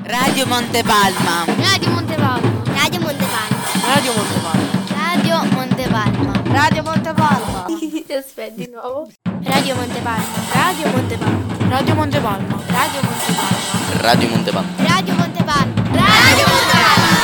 Radio Montepalma. Radio Montepalma. Radio Montepalma. Radio Montepalma. Radio Montepalma. Radio Montepalma. Aspetta di nuovo. Radio Montepalma. Radio Montepalma. Radio Montepalma. Radio Montepalma. Radio Montepalma. Radio Montepalma. Radio Montepalma.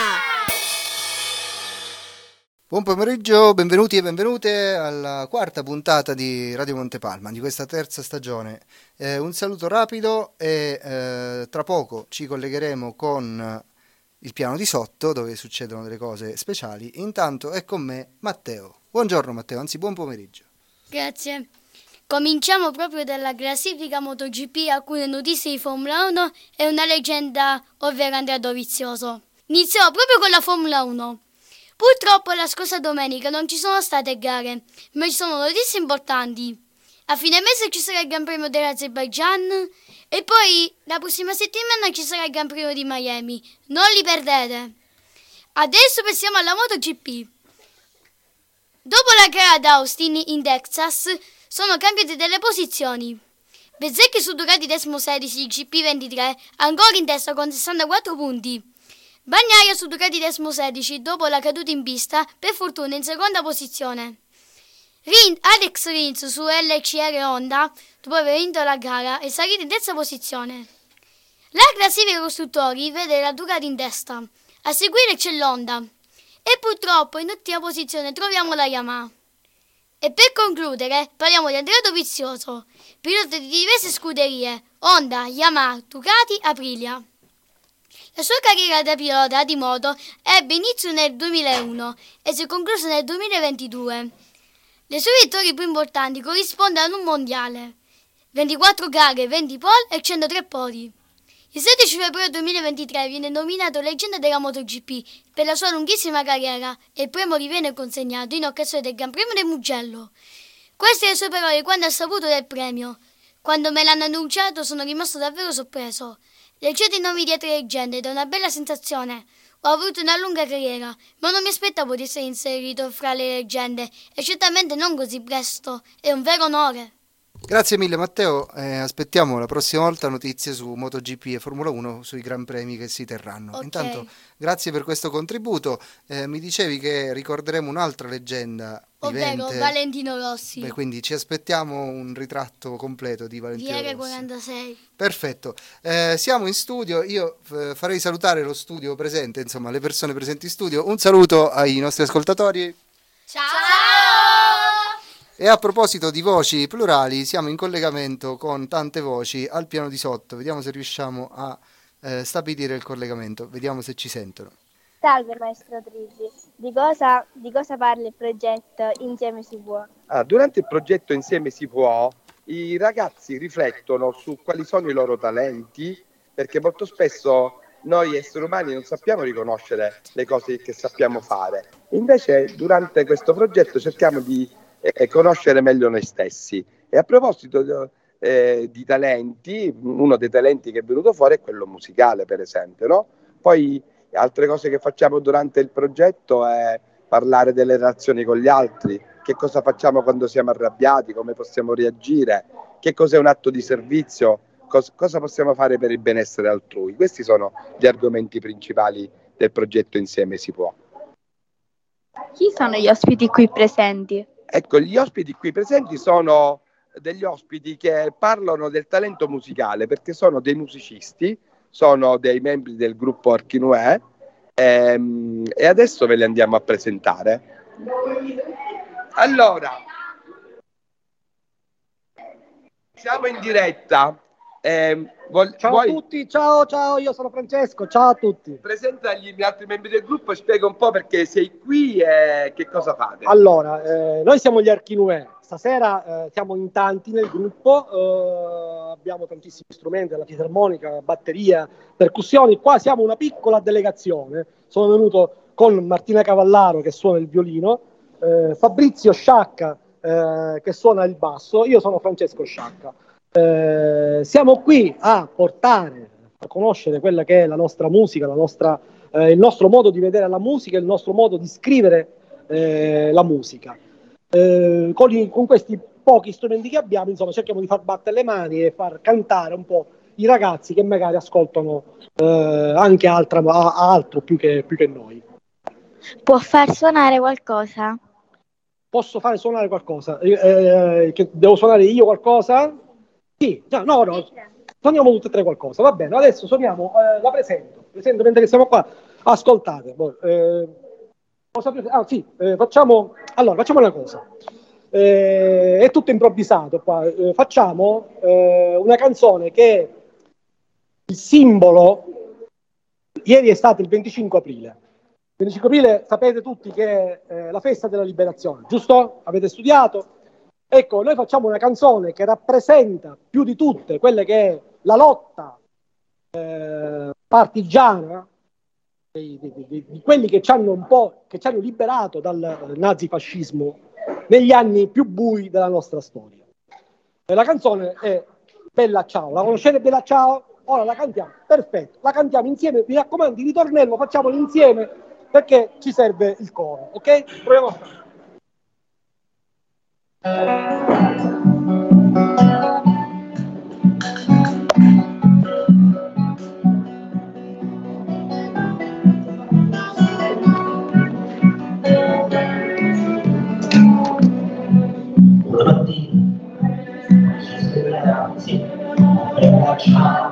Buon pomeriggio, benvenuti e benvenute alla quarta puntata di Radio Montepalma, di questa terza stagione. Un saluto rapido e tra poco ci collegheremo con il piano di sotto, dove succedono delle cose speciali. Intanto è con me Matteo. Buongiorno Matteo, anzi buon pomeriggio. Grazie. Cominciamo proprio dalla classifica MotoGP, alcune notizie di Formula 1 e una leggenda, ovvero Andrea Dovizioso. Iniziò proprio con la Formula 1. Purtroppo la scorsa domenica non ci sono state gare, ma ci sono notizie importanti. A fine mese ci sarà il Gran Premio dell'Azerbaigian e poi la prossima settimana ci sarà il Gran Premio di Miami. Non li perdete. Adesso passiamo alla MotoGP. Dopo la gara ad Austin in Texas sono cambiate delle posizioni. Bezzecchi su Ducati 16 GP23 ancora in testa con 64 punti. Bagnaia su Ducati 16 dopo la caduta in pista, per fortuna in seconda posizione. Alex Rins su LCR Honda, dopo aver vinto la gara, è salito in terza posizione. La classifica costruttori vede la Ducati in testa, a seguire c'è l'Honda e purtroppo in ultima posizione troviamo la Yamaha. E per concludere parliamo di Andrea Dovizioso, pilota di diverse scuderie, Honda, Yamaha, Ducati, Aprilia. La sua carriera da pilota di moto ebbe inizio nel 2001 e si è conclusa nel 2022. Le sue vittorie più importanti corrispondono ad un mondiale, 24 gare, 20 pole e 103 podi. Il 16 febbraio 2023 viene nominato leggenda della MotoGP per la sua lunghissima carriera e il premio gli viene consegnato in occasione del Gran Premio del Mugello. Queste le sue parole quando ha saputo del premio. Quando me l'hanno annunciato sono rimasto davvero sorpreso. Leggete i nomi di altre leggende ed è una bella sensazione. Ho avuto una lunga carriera, ma non mi aspettavo di essere inserito fra le leggende e certamente non così presto. È un vero onore. Grazie mille Matteo, aspettiamo la prossima volta notizie su MotoGP e Formula 1 sui Gran Premi che si terranno. Okay. Intanto grazie per questo contributo. Mi dicevi che ricorderemo un'altra leggenda Ovvero vivente. Valentino Rossi. Beh, quindi ci aspettiamo un ritratto completo di Valentino Rossi. VR46. Perfetto, siamo in studio, io farei salutare lo studio presente, insomma le persone presenti in studio. Un saluto ai nostri ascoltatori. Ciao! E a proposito di voci plurali, siamo in collegamento con tante voci al piano di sotto. Vediamo se riusciamo a stabilire il collegamento, vediamo se ci sentono. Salve maestro Trilli, di cosa parla il progetto Insieme si può? Durante il progetto Insieme si può, i ragazzi riflettono su quali sono i loro talenti, perché molto spesso noi esseri umani non sappiamo riconoscere le cose che sappiamo fare. Invece durante questo progetto cerchiamo di conoscere meglio noi stessi. E a proposito di talenti, uno dei talenti che è venuto fuori è quello musicale, per esempio, no? Poi altre cose che facciamo durante il progetto è parlare delle relazioni con gli altri, che cosa facciamo quando siamo arrabbiati, come possiamo reagire, che cos'è un atto di servizio, cosa possiamo fare per il benessere altrui. Questi sono gli argomenti principali del progetto Insieme si può. Chi sono gli ospiti qui presenti? Ecco, gli ospiti qui presenti sono degli ospiti che parlano del talento musicale, perché sono dei musicisti, sono dei membri del gruppo Archinuè e adesso ve li andiamo a presentare. Allora, siamo in diretta. Ciao a tutti, ciao, io sono Francesco, ciao a tutti. Presenta gli altri membri del gruppo e spiega un po' perché sei qui e che cosa fate. Allora, noi siamo gli Archinuè, stasera siamo in tanti nel gruppo, abbiamo tantissimi strumenti, la fisarmonica, batteria, percussioni, qua siamo una piccola delegazione, sono venuto con Martina Cavallaro che suona il violino, Fabrizio Sciacca che suona il basso, io sono Francesco Sciacca. Siamo qui a portare a conoscere quella che è la nostra musica, il nostro modo di vedere la musica, il nostro modo di scrivere la musica. Con questi pochi strumenti che abbiamo, insomma, cerchiamo di far battere le mani e far cantare un po' i ragazzi che magari ascoltano anche altro più che noi. Può far suonare qualcosa? Posso fare suonare qualcosa? Che devo suonare io qualcosa? Sì, no, suoniamo tutte e tre qualcosa, va bene. Adesso suoniamo, la presento mentre che siamo qua. Ascoltate. Facciamo una cosa. È tutto improvvisato qua. Facciamo una canzone che è il simbolo. Ieri è stato il 25 aprile. Il 25 aprile sapete tutti che è la festa della liberazione, giusto? Avete studiato? Ecco, noi facciamo una canzone che rappresenta più di tutte quelle che è la lotta partigiana di quelli che ci hanno liberato dal nazifascismo negli anni più bui della nostra storia. E la canzone è Bella Ciao. La conoscete Bella Ciao? Ora la cantiamo, perfetto, la cantiamo insieme, mi raccomando, il ritornello facciamolo insieme perché ci serve il coro, ok? Proviamo a fare. Una mattina si sveglierà, sì, bella ciao,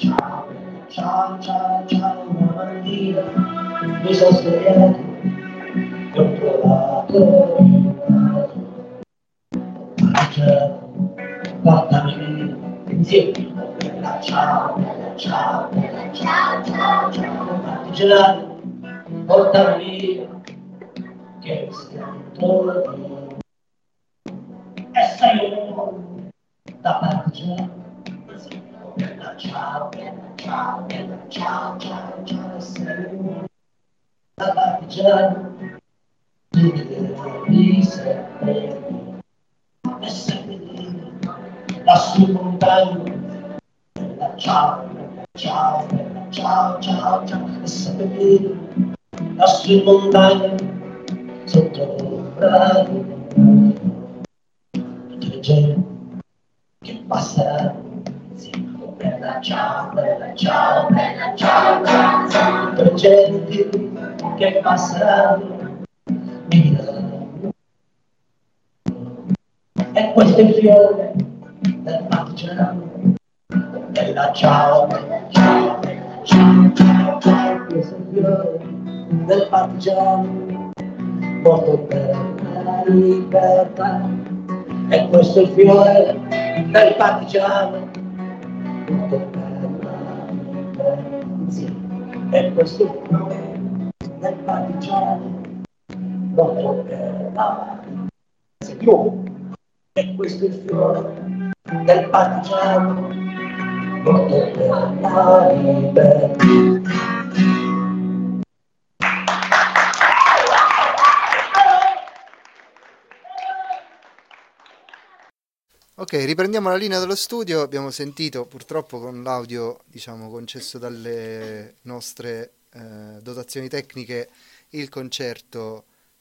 una mattina mi sono svegliato e ho trovato il naso mangiato, portami via insieme, bella ciao, partigiano, portami via che sento di e sei un da partigiano, bella ciao, sei un da partigiano, tu devi seppellire e seppellire lassù in montagna, bella ciao, e seppellire lassù in montagna, sotto l'ombra di gente che passerà, sì, bella ciao, per gente che passerà, mi diranno, e questo è il fiore del partigiano, bella ciao, questo è il fiore del partigiano, morto per la libertà. E questo è il fiore del partigiano, tutto per la libertà. E questo è il fiore del partigiano, tutto per la libertà. E questo è il fiore del partigiano, tutto per la libertà. Ok, riprendiamo la linea dello studio. Abbiamo sentito, purtroppo con l'audio, diciamo, concesso dalle nostre dotazioni tecniche, il concerto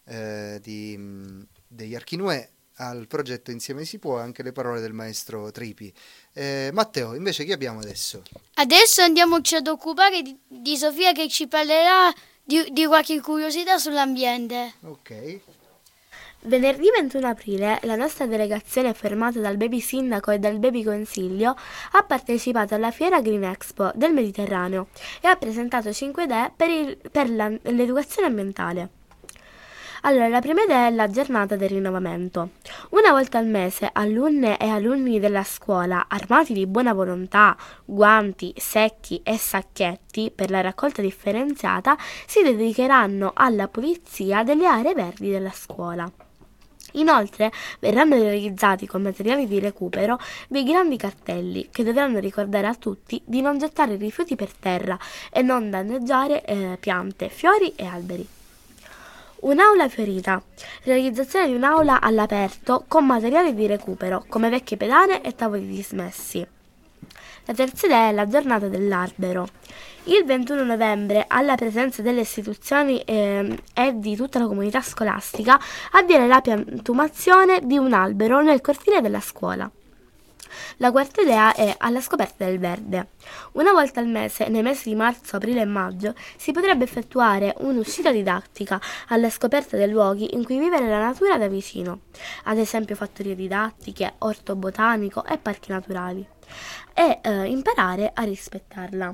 degli Archinuè al progetto Insieme si può, anche le parole del maestro Tripi. Matteo, invece chi abbiamo adesso? Adesso andiamoci ad occupare di Sofia, che ci parlerà di qualche curiosità sull'ambiente. Ok. Venerdì 21 aprile la nostra delegazione, formata dal baby sindaco e dal baby consiglio, ha partecipato alla fiera Green Expo del Mediterraneo e ha presentato 5 idee per l'educazione ambientale. Allora, la prima idea è la giornata del rinnovamento. Una volta al mese, alunne e alunni della scuola, armati di buona volontà, guanti, secchi e sacchetti per la raccolta differenziata, si dedicheranno alla pulizia delle aree verdi della scuola. Inoltre verranno realizzati con materiali di recupero dei grandi cartelli che dovranno ricordare a tutti di non gettare rifiuti per terra e non danneggiare piante, fiori e alberi. Un'aula fiorita. Realizzazione di un'aula all'aperto con materiali di recupero come vecchie pedane e tavoli dismessi. La terza idea è la giornata dell'albero. Il 21 novembre, alla presenza delle istituzioni e di tutta la comunità scolastica, avviene la piantumazione di un albero nel cortile della scuola. La quarta idea è alla scoperta del verde. Una volta al mese, nei mesi di marzo, aprile e maggio, si potrebbe effettuare un'uscita didattica alla scoperta dei luoghi in cui vivere la natura da vicino, ad esempio fattorie didattiche, orto botanico e parchi naturali, e imparare a rispettarla.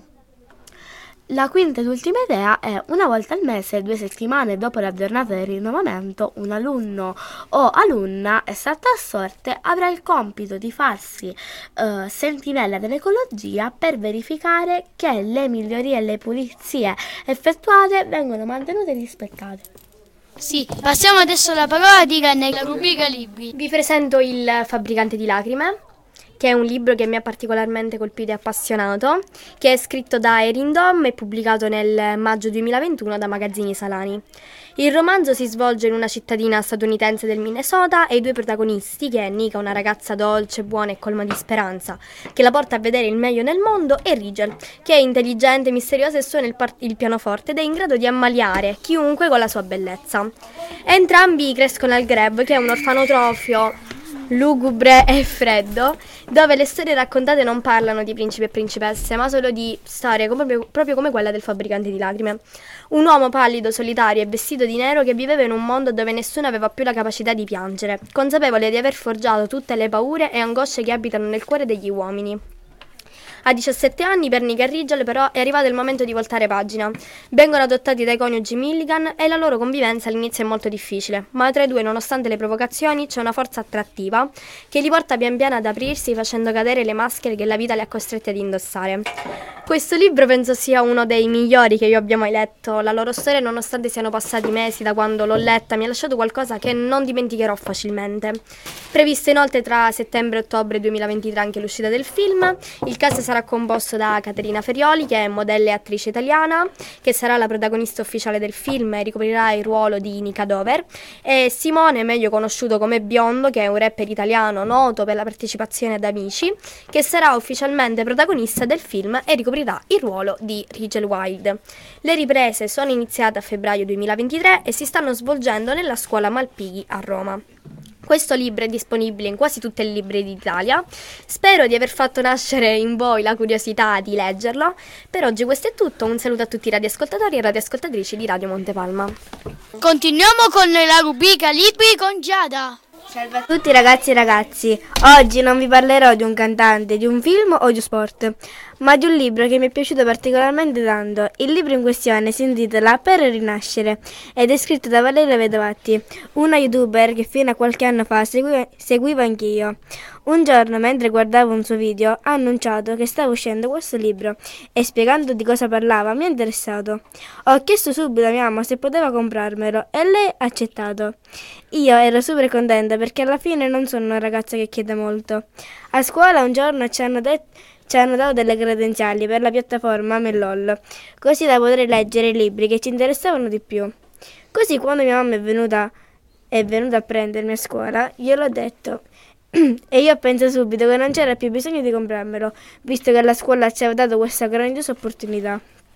La quinta ed ultima idea è una volta al mese, 2 settimane dopo la giornata del rinnovamento, un alunno o alunna estratta a sorte avrà il compito di farsi sentinella dell'ecologia per verificare che le migliorie e le pulizie effettuate vengono mantenute e rispettate. Sì, passiamo adesso la parola a Irene, la rubrica libri. Vi presento Il fabbricante di lacrime, che è un libro che mi ha particolarmente colpito e appassionato, che è scritto da Erin Dom e pubblicato nel maggio 2021 da Magazzini Salani. Il romanzo si svolge in una cittadina statunitense del Minnesota e i due protagonisti, che è Nika, una ragazza dolce, buona e colma di speranza, che la porta a vedere il meglio nel mondo, e Rigel, che è intelligente, misteriosa e suona il pianoforte ed è in grado di ammaliare chiunque con la sua bellezza. Entrambi crescono al Greb, che è un orfanotrofio lugubre e freddo, dove le storie raccontate non parlano di principi e principesse, ma solo di storie proprio come quella del fabbricante di lacrime. Un uomo pallido, solitario e vestito di nero che viveva in un mondo dove nessuno aveva più la capacità di piangere, consapevole di aver forgiato tutte le paure e angosce che abitano nel cuore degli uomini. A 17 anni per Nika e Rigel però è arrivato il momento di voltare pagina. Vengono adottati dai coniugi Milligan e la loro convivenza all'inizio è molto difficile, ma tra i due, nonostante le provocazioni, c'è una forza attrattiva che li porta pian piano ad aprirsi, facendo cadere le maschere che la vita li ha costretti ad indossare. Questo libro penso sia uno dei migliori che io abbia mai letto. La loro storia, nonostante siano passati mesi da quando l'ho letta, mi ha lasciato qualcosa che non dimenticherò facilmente. Prevista inoltre tra settembre e ottobre 2023 anche l'uscita del film. Il cast sarà composto da Caterina Ferioli, che è modella e attrice italiana, che sarà la protagonista ufficiale del film e ricoprirà il ruolo di Nika Dover, e Simone, meglio conosciuto come Biondo, che è un rapper italiano noto per la partecipazione ad Amici, che sarà ufficialmente protagonista del film e ricoprirà il ruolo di Rigel Wild. Le riprese sono iniziate a febbraio 2023 e si stanno svolgendo nella scuola Malpighi a Roma. Questo libro è disponibile in quasi tutte le librerie d'Italia. Spero di aver fatto nascere in voi la curiosità di leggerlo. Per oggi questo è tutto. Un saluto a tutti i radioascoltatori e radioascoltatrici di Radio Montepalma. Continuiamo con la rubrica libri con Giada. Salve a tutti ragazzi e ragazzi, oggi non vi parlerò di un cantante, di un film o di sport, ma di un libro che mi è piaciuto particolarmente tanto. Il libro in questione si intitola Per rinascere ed è scritto da Valeria Vedovatti, una youtuber che fino a qualche anno fa seguivo anch'io. Un giorno, mentre guardavo un suo video, ha annunciato che stava uscendo questo libro e spiegando di cosa parlava mi ha interessato. Ho chiesto subito a mia mamma se poteva comprarmelo e lei ha accettato. Io ero super contenta perché alla fine non sono una ragazza che chiede molto. A scuola un giorno ci hanno dato delle credenziali per la piattaforma Mellol, così da poter leggere i libri che ci interessavano di più. Così quando mia mamma è venuta a prendermi a scuola, gliel'ho detto. E io penso subito che non c'era più bisogno di comprarmelo, visto che la scuola ci aveva dato questa grandiosa opportunità.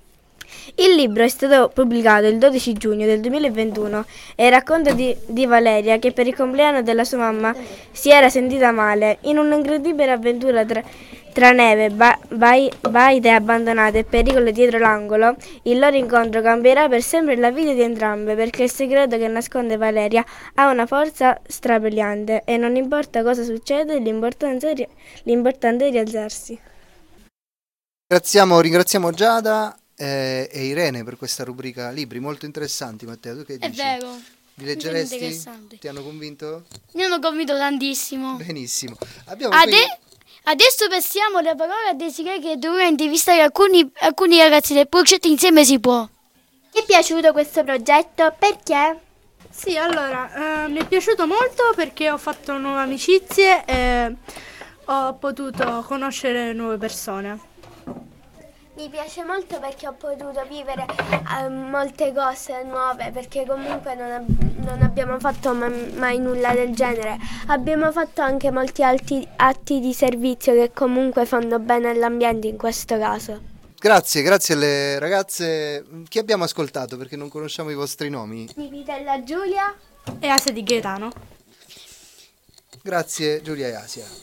Il libro è stato pubblicato il 12 giugno del 2021 e racconta di Valeria che per il compleanno della sua mamma si era sentita male. In un'incredibile avventura tra neve, baite abbandonate e pericolo dietro l'angolo, il loro incontro cambierà per sempre la vita di entrambe, perché il segreto che nasconde Valeria ha una forza strabiliante e non importa cosa succede, l'importante è rialzarsi. Ringraziamo Giada e Irene per questa rubrica libri molto interessanti. Matteo, tu che dici? È vero. Li leggeresti? Ti hanno convinto? Mi hanno convinto tantissimo. Benissimo. Adesso passiamo la parola a Desiree, che dovrà intervistare alcuni ragazzi del progetto Insieme si può. Ti è piaciuto questo progetto? Perché? Sì, allora, mi è piaciuto molto perché ho fatto nuove amicizie e ho potuto conoscere nuove persone. Mi piace molto perché ho potuto vivere molte cose nuove, perché comunque non abbiamo fatto mai nulla del genere. Abbiamo fatto anche molti altri atti di servizio che comunque fanno bene all'ambiente in questo caso. Grazie alle ragazze. Chi abbiamo ascoltato, perché non conosciamo i vostri nomi? Nipitella Giulia e Asia di Gaetano. Grazie Giulia e Asia.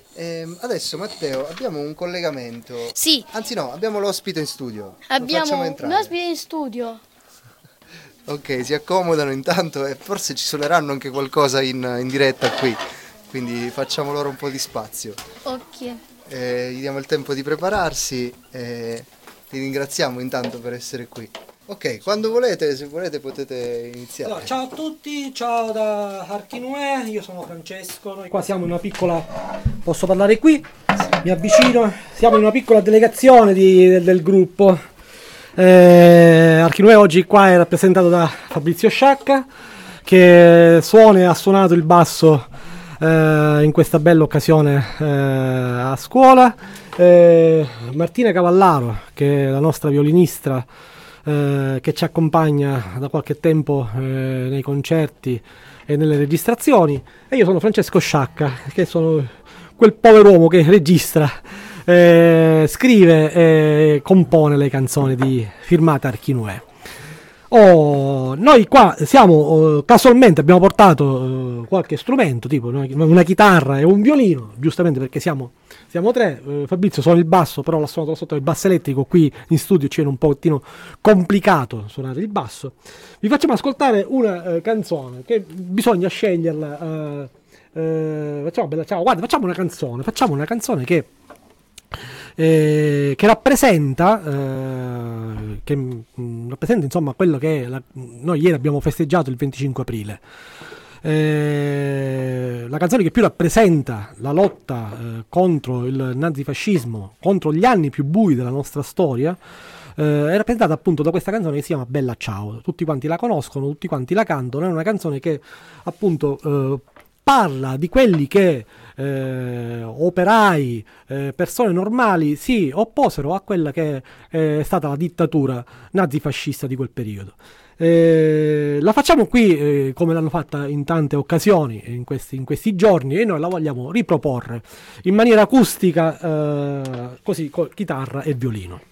Adesso Matteo abbiamo un collegamento. Sì. Anzi no, abbiamo l'ospite in studio. Lo Abbiamo facciamo un entrare. ospite in studio. Ok, si accomodano intanto e forse ci suoneranno anche qualcosa in diretta qui, quindi facciamo loro un po' di spazio. Ok. Gli diamo il tempo di prepararsi e li ringraziamo intanto per essere qui. Ok, quando volete, se volete potete iniziare. Allora, ciao a tutti, ciao da Archinue, io sono Francesco, noi qua siamo in una piccola, posso parlare qui? Mi avvicino, siamo in una piccola delegazione del gruppo. Archinue oggi qua è rappresentato da Fabrizio Sciacca, che suona e ha suonato il basso in questa bella occasione a scuola. Martina Cavallaro, che è la nostra violinista, che ci accompagna da qualche tempo nei concerti e nelle registrazioni, e io sono Francesco Sciacca, che sono quel povero uomo che registra, scrive e compone le canzoni di firmata Archinue. Noi qua siamo, casualmente abbiamo portato qualche strumento, tipo una chitarra e un violino, giustamente perché siamo tre. Fabrizio suona il basso, però l'ha suonato sotto il basso elettrico, qui in studio ci viene un pochettino complicato suonare il basso. Vi facciamo ascoltare una canzone che bisogna sceglierla. Facciamo bella ciao, guarda, facciamo una canzone che rappresenta insomma quello che noi ieri abbiamo festeggiato il 25 aprile. La canzone che più rappresenta la lotta contro il nazifascismo, contro gli anni più bui della nostra storia, è rappresentata appunto da questa canzone che si chiama Bella Ciao. Tutti quanti la conoscono, tutti quanti la cantano. È una canzone che appunto parla di quelli che operai, persone normali si opposero a quella che è stata la dittatura nazifascista di quel periodo. La facciamo qui come l'hanno fatta in tante occasioni in questi giorni, e noi la vogliamo riproporre in maniera acustica, così con chitarra e violino.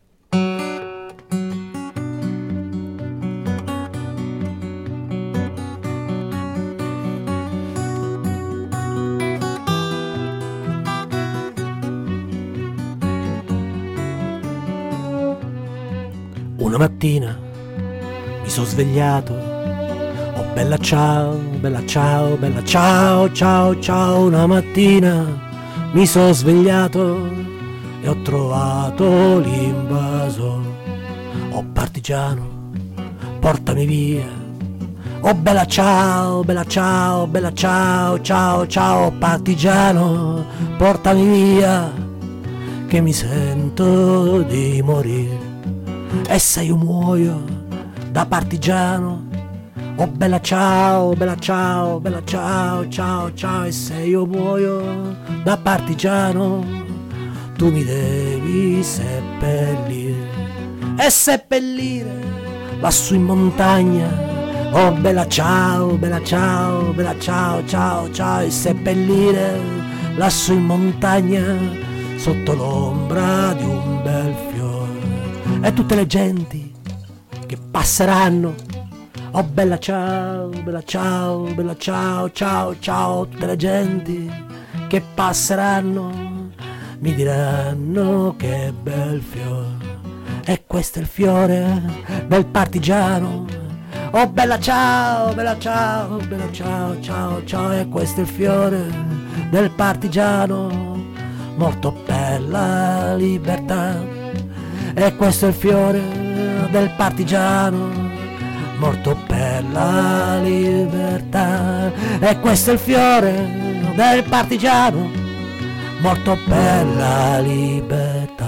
Una mattina mi sono svegliato, oh bella ciao, bella ciao, bella ciao, ciao, ciao. Una mattina mi sono svegliato e ho trovato l'invasor. Oh partigiano, portami via. Oh bella ciao, bella ciao, bella ciao, ciao, ciao. Partigiano, portami via, che mi sento di morire. E se io muoio da partigiano, oh bella ciao, bella ciao, bella ciao, ciao, ciao. E se io muoio da partigiano, tu mi devi seppellire. E seppellire lassù in montagna, oh bella ciao, bella ciao, bella ciao, ciao, ciao. E seppellire lassù in montagna, sotto l'ombra di un bel fiore. E tutte le genti che passeranno, oh bella ciao, bella ciao, bella ciao, ciao, ciao. Tutte le genti che passeranno mi diranno che bel fiore. E questo è il fiore del partigiano, oh bella ciao, bella ciao, bella ciao, ciao, ciao. E questo è il fiore del partigiano, morto per la libertà. E questo è il fiore del partigiano, morto per la libertà. E questo è il fiore del partigiano, morto per la libertà.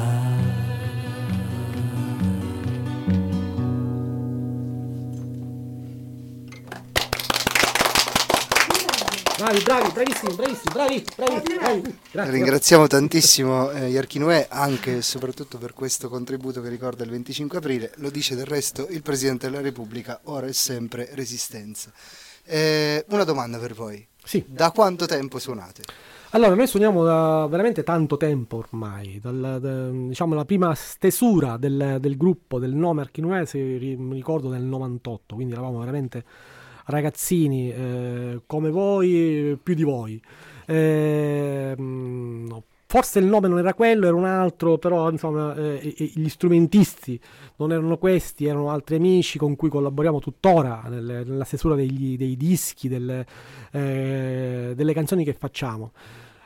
Bravi, bravissimi, bravi. Ringraziamo tantissimo gli Archinue anche e soprattutto per questo contributo che ricorda il 25 aprile. Lo dice del resto il Presidente della Repubblica, ora è sempre Resistenza. Una domanda per voi. Sì. Da quanto tempo suonate? Allora, noi suoniamo da veramente tanto tempo ormai, diciamo la prima stesura del gruppo, del nome Archinue, mi ricordo nel 98, quindi eravamo veramente ragazzini come voi, più di voi. Forse il nome non era quello, era un altro, però insomma gli strumentisti non erano questi, erano altri amici con cui collaboriamo tuttora nella stesura dei dischi, delle canzoni che facciamo.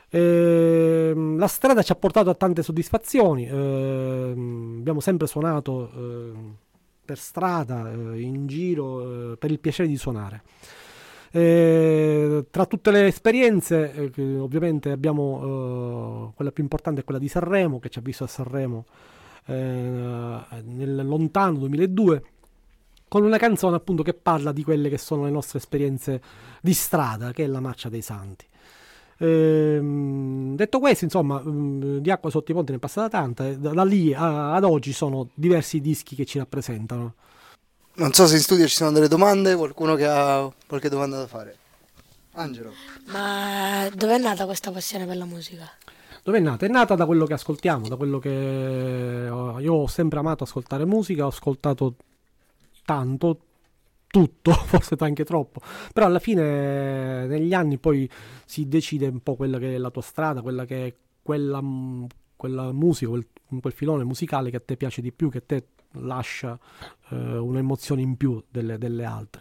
La strada ci ha portato a tante soddisfazioni, abbiamo sempre suonato per strada, in giro, per il piacere di suonare. Tra tutte le esperienze ovviamente abbiamo quella più importante è quella di Sanremo, che ci ha visto a Sanremo nel lontano 2002 con una canzone appunto che parla di quelle che sono le nostre esperienze di strada, che è la Marcia dei Santi. Detto questo, insomma, di acqua sotto i ponti ne è passata tanta, da lì ad oggi sono diversi dischi che ci rappresentano. Non so se in studio ci sono delle domande, qualcuno che ha qualche domanda da fare. Angelo. Ma dov'è nata questa passione per la musica? Dove è nata? È nata da quello che ascoltiamo, da quello che io ho sempre amato ascoltare musica, ho ascoltato tanto, tutto, forse anche troppo, però alla fine negli anni poi si decide un po' quella che è la tua strada, quella che è quella musica, quel filone musicale che a te piace di più, che a te lascia un'emozione in più delle altre.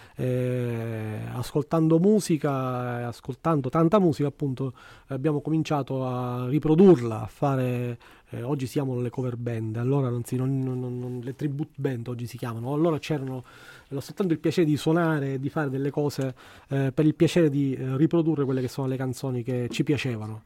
Ascoltando musica, ascoltando tanta musica, appunto, abbiamo cominciato a riprodurla, a fare. Oggi si chiamano le cover band, allora le tribute band oggi si chiamano. Allora c'erano soltanto il piacere di suonare, di fare delle cose per il piacere di riprodurre quelle che sono le canzoni che ci piacevano.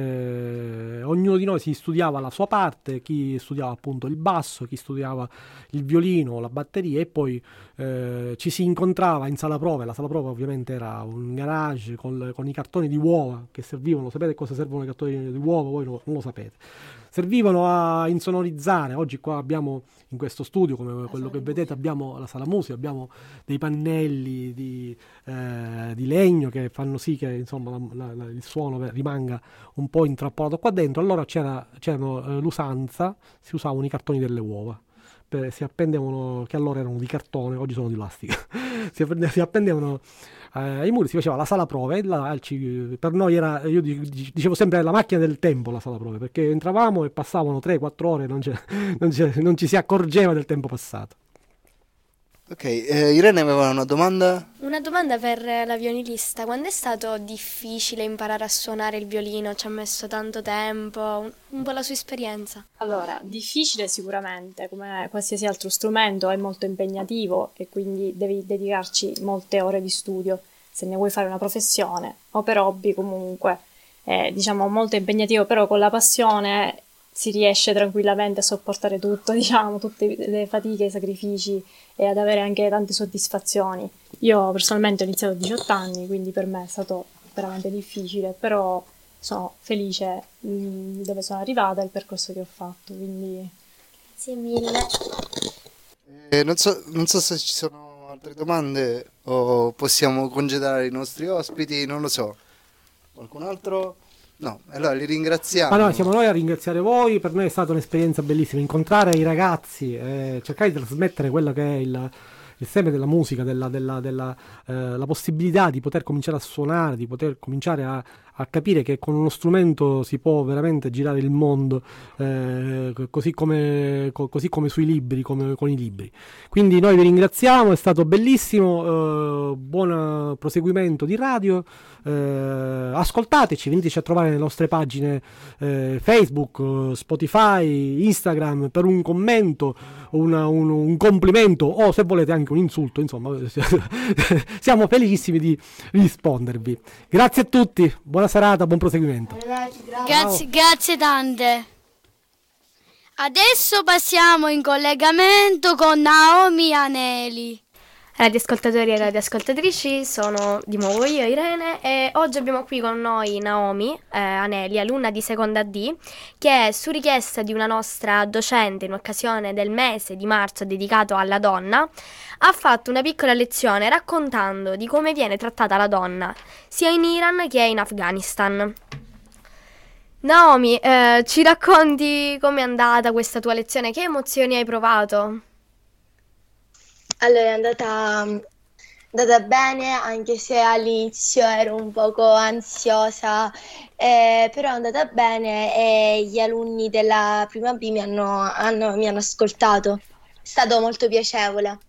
Ognuno di noi si studiava la sua parte, chi studiava appunto il basso, chi studiava il violino, la batteria, e poi ci si incontrava in sala prove. La sala prove ovviamente era un garage con i cartoni di uova che servivano. Sapete cosa servono i cartoni di uova? Voi non lo sapete. Servivano a insonorizzare. Oggi qua abbiamo in questo studio, come quello che vedete, abbiamo la sala musica, abbiamo dei pannelli di legno che fanno sì che insomma il suono rimanga un po' intrappolato qua dentro. Allora c'erano l'usanza, si usavano i cartoni delle uova. Si appendevano, che allora erano di cartone, oggi sono di plastica. si appendevano ai muri, si faceva la sala prove, per noi era, io dicevo sempre, la macchina del tempo la sala prove, perché entravamo e passavano 3-4 ore, non ci si accorgeva del tempo passato. Ok, Irene aveva una domanda? Una domanda per la violinista. Quando è stato difficile imparare a suonare il violino? Ci ha messo tanto tempo? Un po' la sua esperienza. Allora, difficile sicuramente, come qualsiasi altro strumento, è molto impegnativo e quindi devi dedicarci molte ore di studio se ne vuoi fare una professione o per hobby comunque. È, diciamo, molto impegnativo, però con la passione si riesce tranquillamente a sopportare tutto, diciamo, tutte le fatiche, i sacrifici e ad avere anche tante soddisfazioni. Io personalmente ho iniziato a 18 anni, quindi per me è stato veramente difficile, però sono felice dove sono arrivata e il percorso che ho fatto, quindi grazie mille. Non so se ci sono altre domande o possiamo congedare i nostri ospiti, non lo so. Qualcun altro? No, allora li ringraziamo. No, siamo noi a ringraziare voi. Per noi è stata un'esperienza bellissima incontrare i ragazzi, cercare di trasmettere quello che è il seme della musica, la possibilità di poter cominciare a suonare, di poter cominciare a capire che con uno strumento si può veramente girare il mondo, così come sui libri, come con i libri. Quindi noi vi ringraziamo, è stato bellissimo, buon proseguimento di radio, ascoltateci, veniteci a trovare nelle nostre pagine Facebook, Spotify, Instagram per un commento, un complimento o se volete anche un insulto, insomma siamo felicissimi di rispondervi. Grazie a tutti, buona serata, buon proseguimento. Grazie tante. Adesso passiamo in collegamento con Naomi Aneli. Radioascoltatori e radioascoltatrici, sono di nuovo io, Irene, e oggi abbiamo qui con noi Naomi Aneli, alunna di seconda D, che su richiesta di una nostra docente in occasione del mese di marzo dedicato alla donna, ha fatto una piccola lezione raccontando di come viene trattata la donna sia in Iran che in Afghanistan. Naomi, ci racconti com'è andata questa tua lezione? Che emozioni hai provato? Allora, è andata andata bene, anche se all'inizio ero un poco ansiosa, però è andata bene e gli alunni della prima B mi hanno ascoltato. È stato molto piacevole.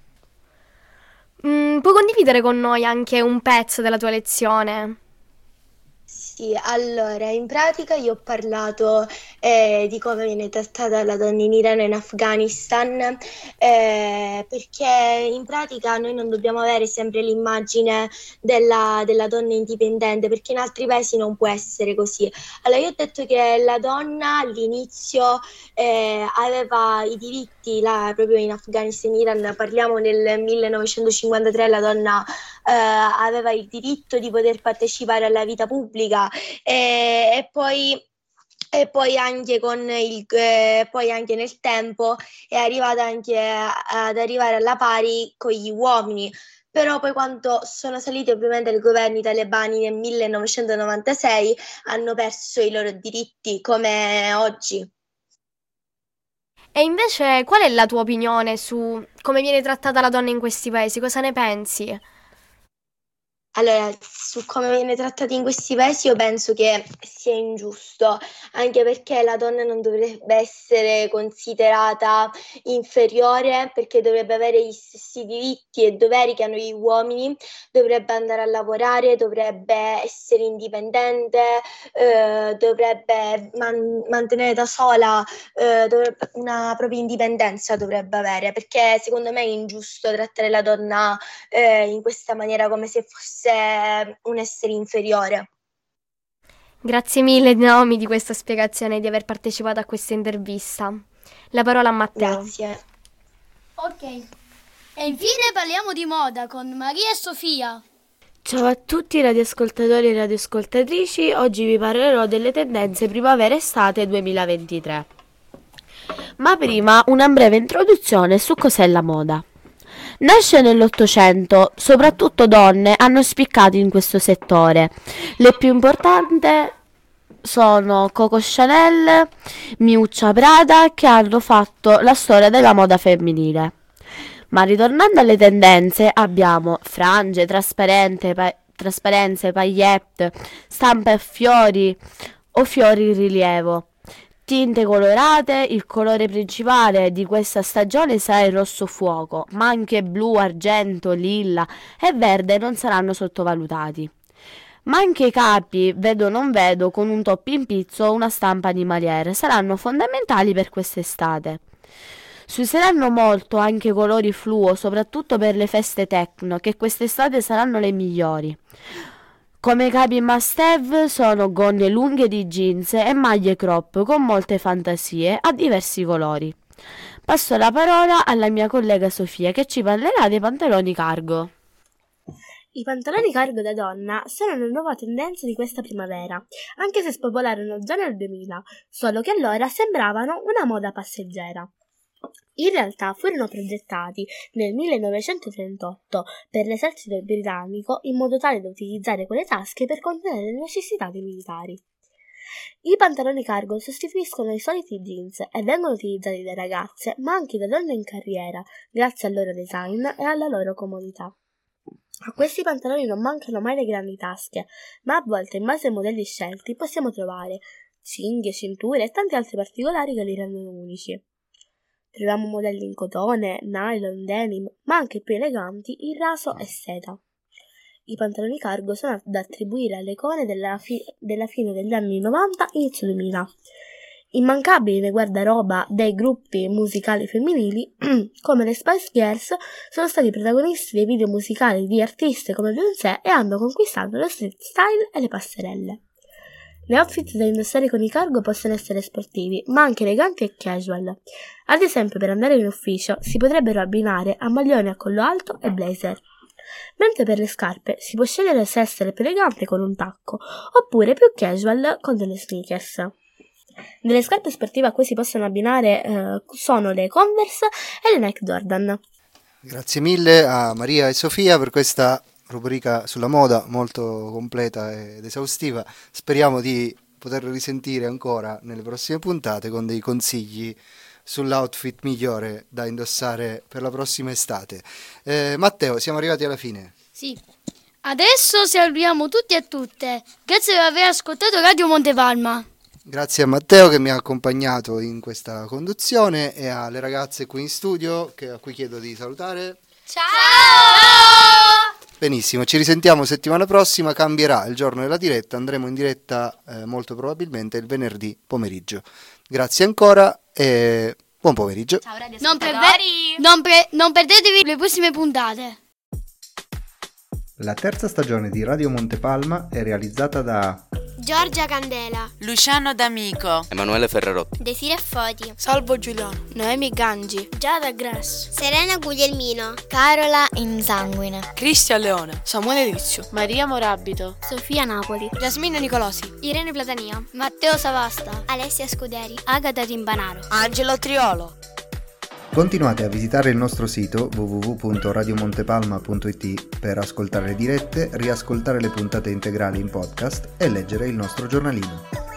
Puoi condividere con noi anche un pezzo della tua lezione? Sì, allora, in pratica io ho parlato di come viene trattata la donna in Iran e in Afghanistan, perché in pratica noi non dobbiamo avere sempre l'immagine della donna indipendente, perché in altri paesi non può essere così. Allora, io ho detto che la donna all'inizio aveva i diritti, là, proprio in Afghanistan e in Iran, parliamo nel 1953, la donna aveva il diritto di poter partecipare alla vita pubblica e poi anche poi anche nel tempo è arrivata anche ad arrivare alla pari con gli uomini. Però poi quando sono saliti ovviamente i governi talebani nel 1996 hanno perso i loro diritti come oggi. E invece qual è la tua opinione su come viene trattata la donna in questi paesi? Cosa ne pensi? Allora, su come viene trattata in questi paesi io penso che sia ingiusto, anche perché la donna non dovrebbe essere considerata inferiore, perché dovrebbe avere gli stessi diritti e doveri che hanno gli uomini, dovrebbe andare a lavorare, dovrebbe essere indipendente, dovrebbe mantenere da sola, una propria indipendenza dovrebbe avere, perché secondo me è ingiusto trattare la donna in questa maniera come se fosse un essere inferiore. Grazie mille Naomi di questa spiegazione e di aver partecipato a questa intervista. La parola a Matteo. Grazie. Ok. E infine parliamo di moda con Maria e Sofia. Ciao a tutti radioascoltatori e radioascoltatrici, oggi vi parlerò delle tendenze primavera-estate 2023. Ma prima una breve introduzione su cos'è la moda. Nasce nell'Ottocento, soprattutto donne hanno spiccato in questo settore. Le più importanti sono Coco Chanel, Miuccia Prada, che hanno fatto la storia della moda femminile. Ma ritornando alle tendenze, abbiamo frange, trasparenze, paillette, stampe a fiori o fiori in rilievo. Tinte colorate, il colore principale di questa stagione sarà il rosso fuoco, ma anche blu, argento, lilla e verde non saranno sottovalutati. Ma anche i capi, vedo o non vedo, con un top in pizzo o una stampa animaliere saranno fondamentali per quest'estate. Si useranno molto anche colori fluo, soprattutto per le feste techno, che quest'estate saranno le migliori. Come capi must have sono gonne lunghe di jeans e maglie crop con molte fantasie a diversi colori. Passo la parola alla mia collega Sofia che ci parlerà dei pantaloni cargo. I pantaloni cargo da donna sono una nuova tendenza di questa primavera, anche se spopolarono già nel 2000, solo che allora sembravano una moda passeggera. In realtà furono progettati nel 1938 per l'esercito britannico in modo tale da utilizzare quelle tasche per contenere le necessità dei militari. I pantaloni cargo sostituiscono i soliti jeans e vengono utilizzati da ragazze ma anche da donne in carriera grazie al loro design e alla loro comodità. A questi pantaloni non mancano mai le grandi tasche, ma a volte in base ai modelli scelti possiamo trovare cinghie, cinture e tanti altri particolari che li rendono unici. Troviamo modelli in cotone, nylon, denim, ma anche più eleganti in raso e seta. I pantaloni cargo sono da attribuire alle icone della fine degli anni 90 inizio 2000. Immancabili nei guardaroba dei gruppi musicali femminili come le Spice Girls sono stati protagonisti dei video musicali di artiste come Beyoncé e hanno conquistato lo street style e le passerelle. Le outfit da indossare con i cargo possono essere sportivi, ma anche eleganti e casual. Ad esempio, per andare in ufficio si potrebbero abbinare a maglioni a collo alto e blazer. Mentre per le scarpe si può scegliere se essere più elegante con un tacco, oppure più casual con delle sneakers. Delle scarpe sportive a cui si possono abbinare sono le Converse e le Nike Jordan. Grazie mille a Maria e Sofia per questa rubrica sulla moda molto completa ed esaustiva. Speriamo di poter risentire ancora nelle prossime puntate con dei consigli sull'outfit migliore da indossare per la prossima estate. Matteo, siamo arrivati alla fine. Sì. Adesso salutiamo tutti e tutte. Grazie per aver ascoltato Radio Montepalma. Grazie a Matteo che mi ha accompagnato in questa conduzione e alle ragazze qui in studio a cui chiedo di salutare. Ciao! Benissimo, ci risentiamo settimana prossima, cambierà il giorno della diretta, andremo in diretta molto probabilmente il venerdì pomeriggio. Grazie ancora e buon pomeriggio. Ciao, non perdetevi le prossime puntate. La terza stagione di Radio Montepalma è realizzata da Giorgia Candela, Luciano D'Amico, Emanuele Ferrarotti, Desiree Foti, Salvo Giuliano, Noemi Gangi, Giada Grass, Serena Guglielmino, Carola Insanguine, Cristian Leone, Samuele Rizio, Maria Morabito, Sofia Napoli, Giasmina Nicolosi, Irene Platania, Matteo Savasta, Alessia Scuderi, Agata Timbanaro, Angelo Triolo. Continuate a visitare il nostro sito www.radiomontepalma.it per ascoltare le dirette, riascoltare le puntate integrali in podcast e leggere il nostro giornalino.